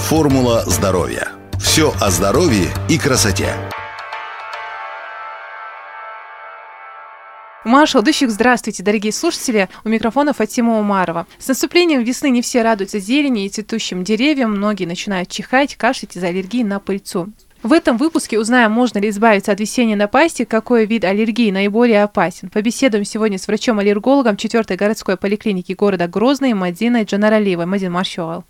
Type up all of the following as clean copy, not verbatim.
Формула здоровья. Все о здоровье и красоте. Маша, Алдыщик, здравствуйте, дорогие слушатели. У микрофона Фатима Умарова. С наступлением весны не все радуются зелени и цветущим деревьям. Многие начинают чихать, кашлять из-за аллергии на пыльцу. В этом выпуске узнаем, можно ли избавиться от весенней напасти, какой вид аллергии наиболее опасен. Побеседуем сегодня с врачом-аллергологом 4-й городской поликлиники города Грозный Мадиной Джанаралиевой. Мадин, маршал.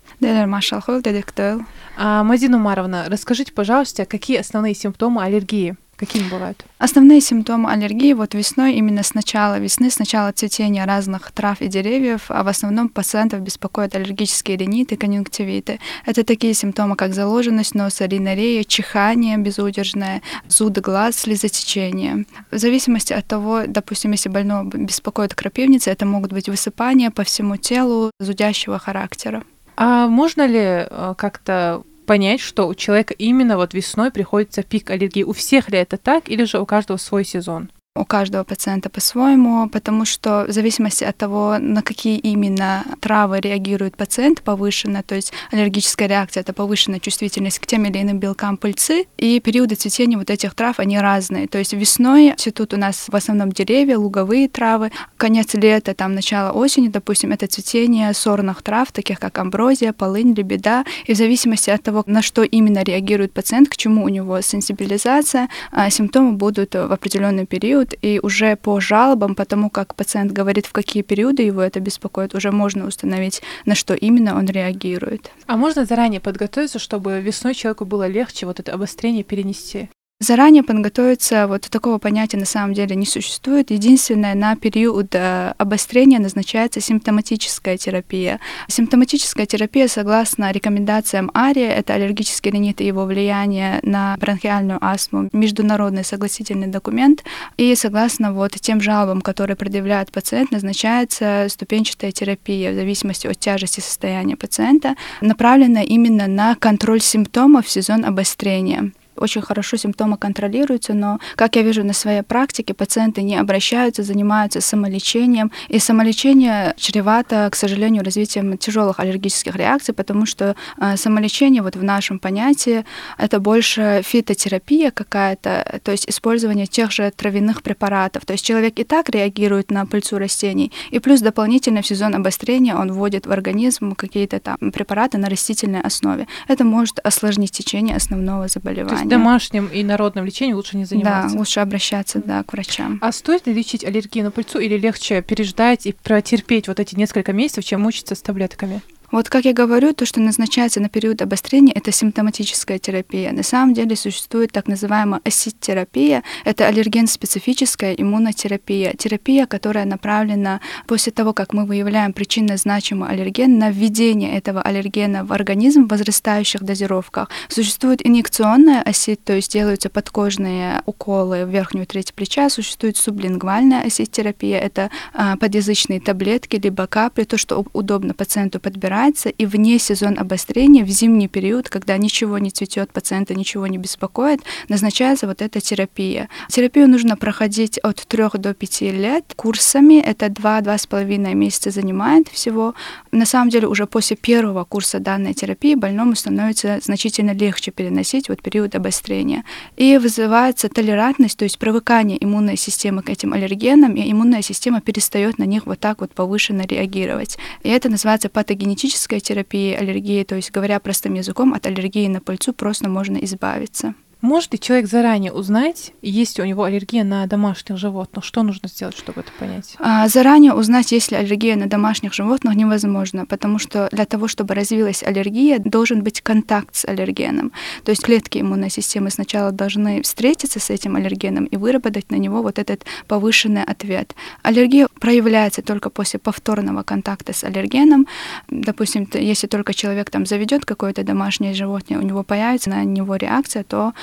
Мадина Умаровна, расскажите, пожалуйста, какие основные симптомы аллергии? Какими бывают? Основные симптомы аллергии весной, именно с начала весны, с начала цветения разных трав и деревьев, а в основном пациентов беспокоят аллергические риниты, конъюнктивиты. Это такие симптомы, как заложенность носа, ринорея, чихание безудержное, зуд глаз, слезотечение. В зависимости от того, допустим, если больного беспокоит крапивница, это могут быть высыпания по всему телу зудящего характера. А можно ли как-то понять, что у человека именно весной приходится пик аллергии? У всех ли это так, или же у каждого свой сезон? У каждого пациента по-своему, потому что в зависимости от того, на какие именно травы реагирует пациент повышенно, то есть аллергическая реакция — это повышенная чувствительность к тем или иным белкам пыльцы, и периоды цветения этих трав, они разные. То есть весной цветут у нас в основном деревья, луговые травы, конец лета, начало осени, допустим, это цветение сорных трав, таких как амброзия, полынь, лебеда, и в зависимости от того, на что именно реагирует пациент, к чему у него сенсибилизация, симптомы будут в определенный период. И уже по жалобам, потому как пациент говорит, в какие периоды его это беспокоит, уже можно установить, на что именно он реагирует. А можно заранее подготовиться, чтобы весной человеку было легче это обострение перенести? Заранее подготовиться, такого понятия на самом деле не существует. Единственное, на период обострения назначается симптоматическая терапия. Симптоматическая терапия, согласно рекомендациям АРИА, это аллергический ринит и его влияние на бронхиальную астму, международный согласительный документ, и согласно тем жалобам, которые предъявляет пациент, назначается ступенчатая терапия в зависимости от тяжести состояния пациента, направленная именно на контроль симптомов в сезон обострения. Очень хорошо симптомы контролируются, но, как я вижу на своей практике, пациенты не обращаются, занимаются самолечением, и самолечение чревато, к сожалению, развитием тяжелых аллергических реакций, потому что самолечение в нашем понятии это больше фитотерапия какая-то, то есть использование тех же травяных препаратов. То есть человек и так реагирует на пыльцу растений, и плюс дополнительно в сезон обострения он вводит в организм какие-то препараты на растительной основе. Это может осложнить течение основного заболевания. Домашним и народным лечением лучше не заниматься. Да, лучше обращаться к врачам. А стоит ли лечить аллергию на пыльцу или легче переждать и протерпеть эти несколько месяцев, чем мучиться с таблетками? Как я говорю, то, что назначается на период обострения, это симптоматическая терапия. На самом деле существует так называемая АСИТ-терапия. Это аллерген-специфическая иммунотерапия. Терапия, которая направлена после того, как мы выявляем причинно значимый аллерген, на введение этого аллергена в организм в возрастающих дозировках. Существует инъекционная АСИТ, то есть делаются подкожные уколы в верхнюю треть плеча. Существует сублингвальная АСИТ-терапия. Это подъязычные таблетки, либо капли, то, что удобно пациенту подбирать. И вне сезон обострения, в зимний период, когда ничего не цветет, пациента ничего не беспокоит, назначается эта терапия. Терапию нужно проходить от 3 до 5 лет курсами. Это 2-2,5 месяца занимает всего. На самом деле уже после первого курса данной терапии больному становится значительно легче переносить период обострения. И вызывается толерантность, то есть привыкание иммунной системы к этим аллергенам, и иммунная система перестает на них повышенно реагировать. И это называется патогенетической терапией аллергии, то есть, говоря простым языком, от аллергии на пыльцу просто можно избавиться. Может ли человек заранее узнать, есть ли у него аллергия на домашних животных? Что нужно сделать, чтобы это понять? Заранее узнать, есть ли аллергия на домашних животных, невозможно, потому что для того, чтобы развилась аллергия, должен быть контакт с аллергеном. То есть клетки иммунной системы сначала должны встретиться с этим аллергеном и выработать на него этот повышенный ответ. Аллергия проявляется только после повторного контакта с аллергеном. Допустим, если только человек заведет какое-то домашнее животное, у него появится на него реакция, то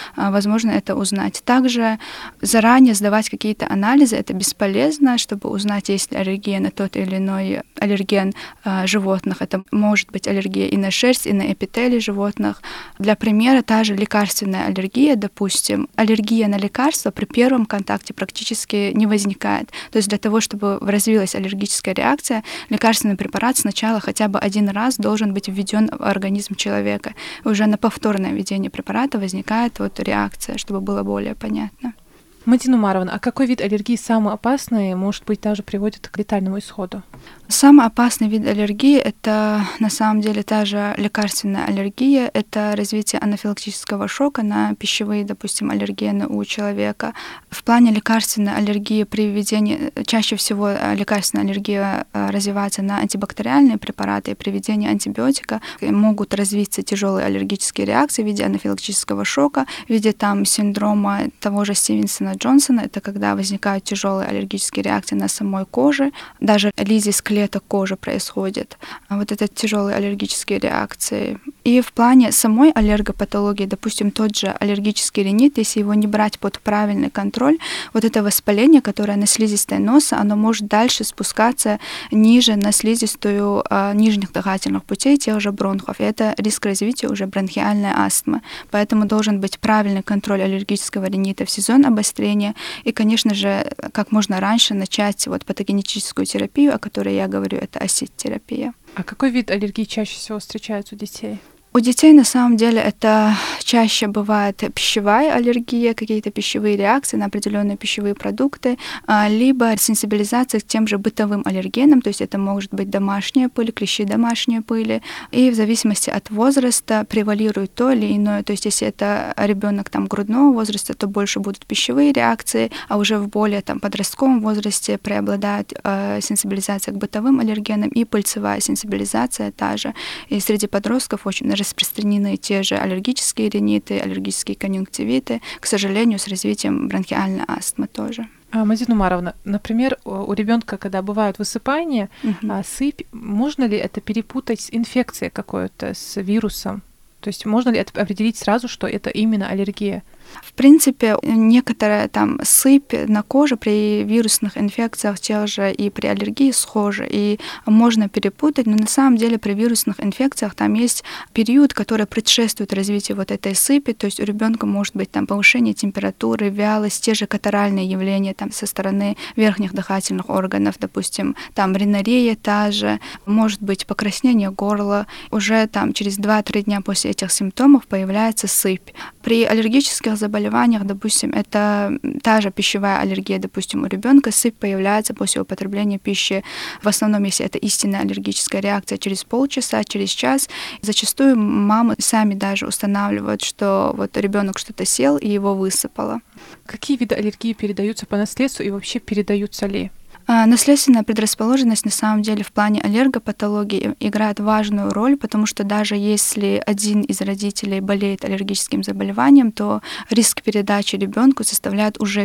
возможно это узнать. Также заранее сдавать какие-то анализы это бесполезно, чтобы узнать, есть ли аллергия на тот или иной аллерген животных. Это может быть аллергия и на шерсть, и на эпителий животных. Для примера, та же лекарственная аллергия, допустим, аллергия на лекарства при первом контакте практически не возникает. То есть для того, чтобы развилась аллергическая реакция, лекарственный препарат сначала хотя бы один раз должен быть введен в организм человека. Уже на повторное введение препарата возникает реакция, чтобы было более понятно. Мадина Умаровна, а какой вид аллергии самый опасный, может быть, даже приводит к летальному исходу? Самый опасный вид аллергии — это на самом деле та же лекарственная аллергия, это развитие анафилактического шока на пищевые, допустим, аллергены у человека. В плане лекарственной аллергии при введении, чаще всего лекарственная аллергия развивается на антибактериальные препараты, и при введении антибиотика могут развиться тяжелые аллергические реакции в виде анафилактического шока, в виде синдрома того же Стивенсона-Джонсона, это когда возникают тяжелые аллергические реакции на самой коже, даже лизис клеток кожи происходит. Это тяжелые аллергические реакции. И в плане самой аллергопатологии, допустим, тот же аллергический ринит, если его не брать под правильный контроль, это воспаление, которое на слизистой носа, оно может дальше спускаться ниже на слизистую нижних дыхательных путей, тех же бронхов. И это риск развития уже бронхиальной астмы. Поэтому должен быть правильный контроль аллергического ринита в сезон обострения. И, конечно же, как можно раньше начать патогенетическую терапию, о которой я говорю, это асит-терапия. А какой вид аллергии чаще всего встречается у детей? У детей на самом деле это чаще бывает пищевая аллергия, какие-то пищевые реакции на определенные пищевые продукты, либо сенсибилизация к тем же бытовым аллергенам, то есть это может быть домашняя пыль, клещи домашней пыли, и в зависимости от возраста превалирует то или иное, то есть если это ребенок грудного возраста, то больше будут пищевые реакции, а уже в более подростковом возрасте преобладает сенсибилизация к бытовым аллергенам и пыльцевая сенсибилизация та же. И среди подростков очень распространены те же аллергические риниты, аллергические конъюнктивиты, к сожалению, с развитием бронхиальной астмы тоже. Мадина Умаровна, например, у ребенка, когда бывают высыпания, сыпь, можно ли это перепутать с инфекцией какой-то, с вирусом? То есть можно ли это определить сразу, что это именно аллергия? В принципе, некоторая сыпь на коже при вирусных инфекциях тех же и при аллергии схожа, и можно перепутать, но на самом деле при вирусных инфекциях там есть период, который предшествует развитию этой сыпи, то есть у ребенка может быть повышение температуры, вялость, те же катаральные явления со стороны верхних дыхательных органов, допустим, ринорея та же, может быть покраснение горла, уже через 2-3 дня после этих симптомов появляется сыпь. При аллергических заболеваниях, допустим, это та же пищевая аллергия, допустим, у ребенка сыпь появляется после употребления пищи, в основном, если это истинная аллергическая реакция, через полчаса, через час. Зачастую мамы сами даже устанавливают, что ребенок что-то съел и его высыпало. Какие виды аллергии передаются по наследству и вообще передаются ли? Наследственная предрасположенность на самом деле в плане аллергопатологии играет важную роль, потому что даже если один из родителей болеет аллергическим заболеванием, то риск передачи ребенку составляет уже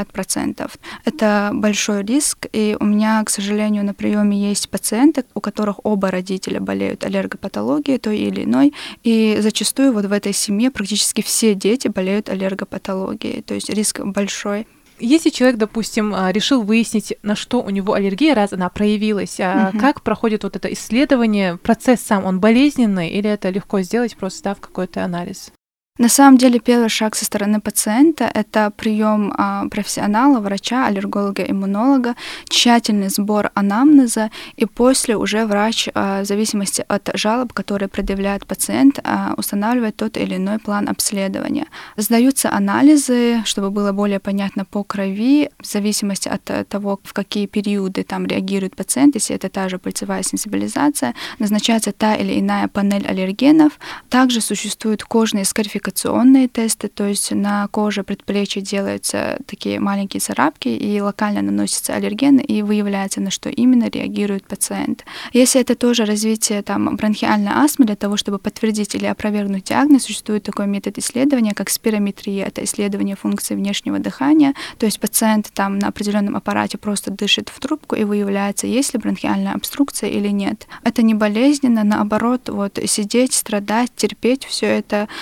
50%. Это большой риск, и у меня, к сожалению, на приеме есть пациенты, у которых оба родителя болеют аллергопатологией той или иной, и зачастую в этой семье практически все дети болеют аллергопатологией, то есть риск большой. Если человек, допустим, решил выяснить, на что у него аллергия, раз она проявилась, как проходит это исследование, процесс сам, он болезненный или это легко сделать, просто дав какой-то анализ? На самом деле первый шаг со стороны пациента — это прием профессионала, врача, аллерголога, иммунолога, тщательный сбор анамнеза, и после уже врач, в зависимости от жалоб, которые предъявляет пациент, устанавливает тот или иной план обследования. Сдаются анализы, чтобы было более понятно по крови, в зависимости от того, в какие периоды реагирует пациент, если это та же пыльцевая сенсибилизация, назначается та или иная панель аллергенов. Также существуют кожные скарификационные тесты, то есть на коже предплечья делаются такие маленькие царапки и локально наносятся аллергены, и выявляется, на что именно реагирует пациент. Если это тоже развитие бронхиальной астмы, для того, чтобы подтвердить или опровергнуть диагноз, существует такой метод исследования, как спирометрия, это исследование функции внешнего дыхания, то есть пациент на определенном аппарате просто дышит в трубку, и выявляется, есть ли бронхиальная обструкция или нет. Это не болезненно, наоборот, сидеть, страдать, терпеть все это не нужно.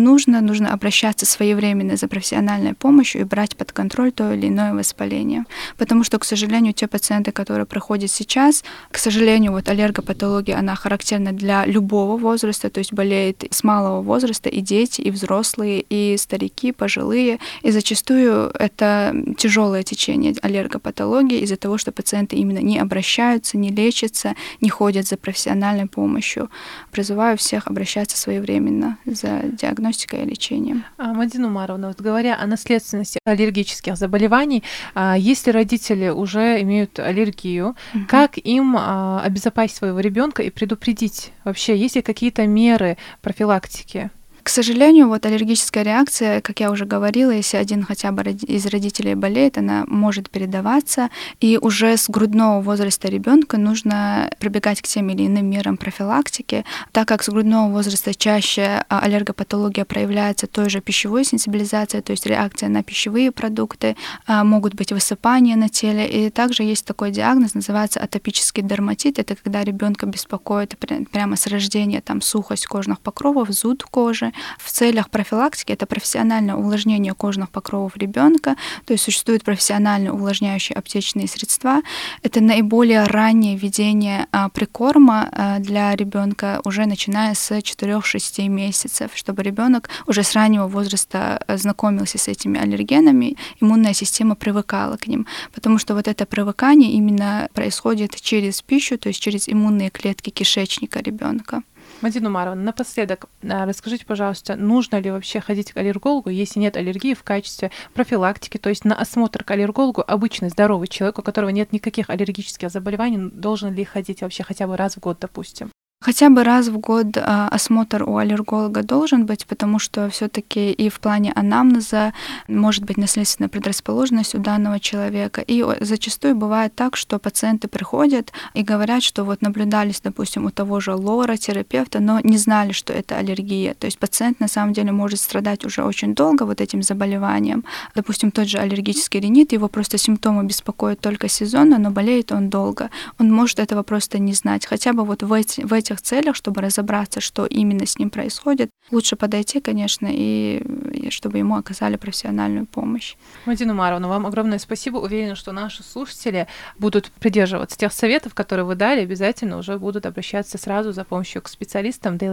нужно обращаться своевременно за профессиональной помощью и брать под контроль то или иное воспаление. Потому что, к сожалению, те пациенты, которые приходят сейчас, к сожалению, вот аллергопатология, она характерна для любого возраста, то есть болеет с малого возраста и дети, и взрослые, и старики, пожилые. И зачастую это тяжелое течение аллергопатологии из-за того, что пациенты именно не обращаются, не лечатся, не ходят за профессиональной помощью. Призываю всех обращаться своевременно за диагностикой и лечением. Мадина Умаровна, вот говоря о наследственности аллергических заболеваний, если родители уже имеют аллергию, как им обезопасить своего ребенка и предупредить вообще, есть ли какие-то меры профилактики? К сожалению, вот аллергическая реакция, как я уже говорила, если один хотя бы из родителей болеет, она может передаваться, и уже с грудного возраста ребенка нужно прибегать к тем или иным мерам профилактики, так как с грудного возраста чаще аллергопатология проявляется той же пищевой сенсибилизацией, то есть реакция на пищевые продукты, могут быть высыпания на теле, и также есть такой диагноз, называется атопический дерматит, это когда ребенка беспокоит прямо с рождения там сухость кожных покровов, зуд кожи. В целях профилактики это профессиональное увлажнение кожных покровов ребенка, то есть существуют профессионально увлажняющие аптечные средства. Это наиболее раннее введение прикорма для ребенка уже начиная с 4-6 месяцев, чтобы ребенок уже с раннего возраста знакомился с этими аллергенами, иммунная система привыкала к ним, потому что вот это привыкание именно происходит через пищу, то есть через иммунные клетки кишечника ребенка. Мадина Умаровна, напоследок, расскажите, пожалуйста, нужно ли вообще ходить к аллергологу, если нет аллергии, в качестве профилактики, то есть на осмотр к аллергологу обычный здоровый человек, у которого нет никаких аллергических заболеваний, должен ли ходить вообще хотя бы раз в год, допустим? Хотя бы раз в год осмотр у аллерголога должен быть, потому что все-таки и в плане анамнеза может быть наследственная предрасположенность у данного человека. И зачастую бывает так, что пациенты приходят и говорят, что вот наблюдались, допустим, у того же лора-терапевта, но не знали, что это аллергия. То есть пациент на самом деле может страдать уже очень долго вот этим заболеванием. Допустим, тот же аллергический ринит, его просто симптомы беспокоят только сезонно, но болеет он долго. Он может этого просто не знать. Хотя бы вот в этих целях, чтобы разобраться, что именно с ним происходит, лучше подойти, конечно, и чтобы ему оказали профессиональную помощь. Мадина Умаровна, вам огромное спасибо. Уверена, что наши слушатели будут придерживаться тех советов, которые вы дали, обязательно уже будут обращаться сразу за помощью к специалистам. Ну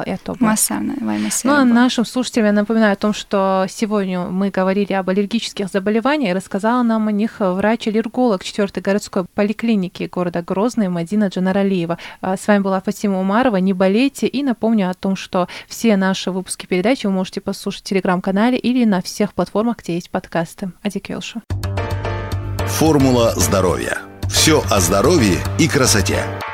а нашим слушателям я напоминаю о том, что сегодня мы говорили об аллергических заболеваниях, и рассказала нам о них врач-аллерголог 4-й городской поликлиники города Грозный Мадина Джанаралиева. С вами была Фатима Умарова. Не болейте. И напомню о том, что все наши выпуски передачи вы можете послушать в телеграм-канале или на всех платформах, где есть подкасты. Адикелшу. Формула здоровья. Все о здоровье и красоте.